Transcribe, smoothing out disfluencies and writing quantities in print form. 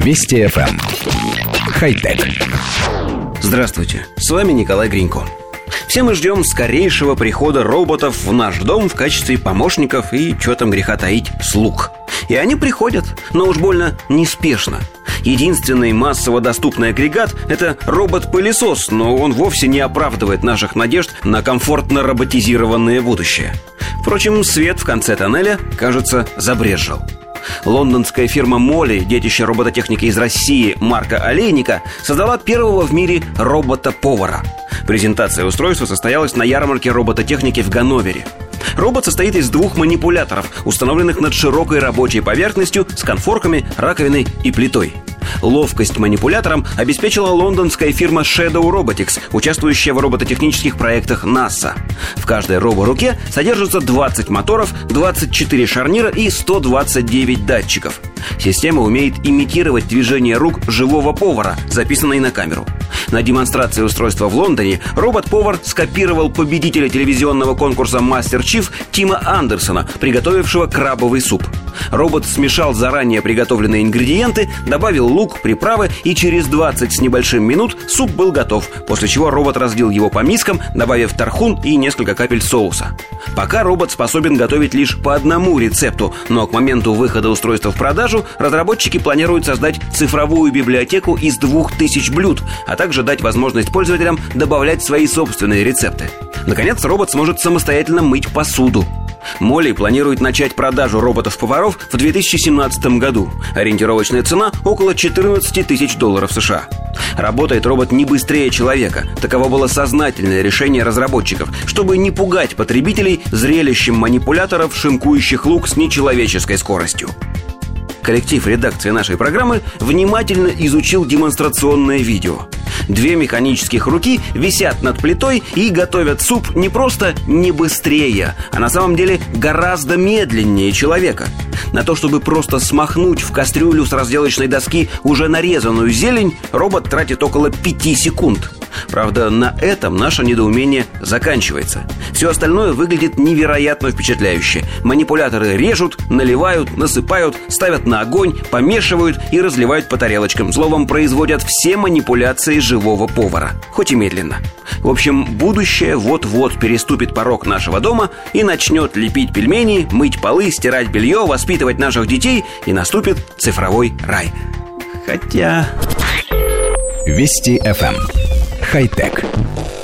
Вести ФМ. Хай-тек. Здравствуйте, с вами Николай Гринько. Все мы ждем скорейшего прихода роботов в наш дом в качестве помощников и, чё там греха таить, слуг. И они приходят, но уж больно неспешно. Единственный массово доступный агрегат – это робот-пылесос, но он вовсе не оправдывает наших надежд на комфортно роботизированное будущее. Впрочем, свет в конце тоннеля, кажется, забрезжил. Лондонская фирма Молли, детище робототехники из России Марка Олейника, создала первого в мире робота-повара. Презентация устройства состоялась на ярмарке робототехники в Ганновере. Робот состоит из двух манипуляторов, установленных над широкой рабочей поверхностью с конфорками, раковиной и плитой. Ловкость манипуляторам обеспечила лондонская фирма Shadow Robotics, участвующая в робототехнических проектах НАСА. В каждой роборуке содержится 20 моторов, 24 шарнира и 129 датчиков. Система умеет имитировать движение рук живого повара, записанные на камеру. На демонстрации устройства в Лондоне робот-повар скопировал победителя телевизионного конкурса MasterChef Тима Андерсона, приготовившего крабовый суп. Робот смешал заранее приготовленные ингредиенты, добавил лук, приправы, и через 20 с небольшим минут суп был готов, после чего робот разлил его по мискам, добавив тархун и несколько капель соуса. Пока робот способен готовить лишь по одному рецепту, но к моменту выхода устройства в продажу разработчики планируют создать цифровую библиотеку из 2000 блюд, а также дать возможность пользователям добавлять свои собственные рецепты. Наконец, робот сможет самостоятельно мыть посуду. Молли планирует начать продажу роботов-поваров в 2017 году. Ориентировочная цена около $14 тысяч США. Работает робот не быстрее человека. Таково было сознательное решение разработчиков, чтобы не пугать потребителей зрелищем манипуляторов, шинкующих лук с нечеловеческой скоростью. Коллектив редакции нашей программы внимательно изучил демонстрационное видео. 2 механических руки висят над плитой и готовят суп не просто не быстрее, а на самом деле гораздо медленнее человека. На то, чтобы просто смахнуть в кастрюлю с разделочной доски уже нарезанную зелень, робот тратит около 5 секунд. Правда, на этом наше недоумение заканчивается. Все остальное выглядит невероятно впечатляюще. Манипуляторы режут, наливают, насыпают, ставят на огонь, помешивают и разливают по тарелочкам. Словом, производят все манипуляции живого повара, хоть и медленно. В общем, будущее вот-вот переступит порог нашего дома и начнет лепить пельмени, мыть полы, стирать белье, воспитывать наших детей, и наступит цифровой рай. Хотя... Вести ФМ. Хай-тек.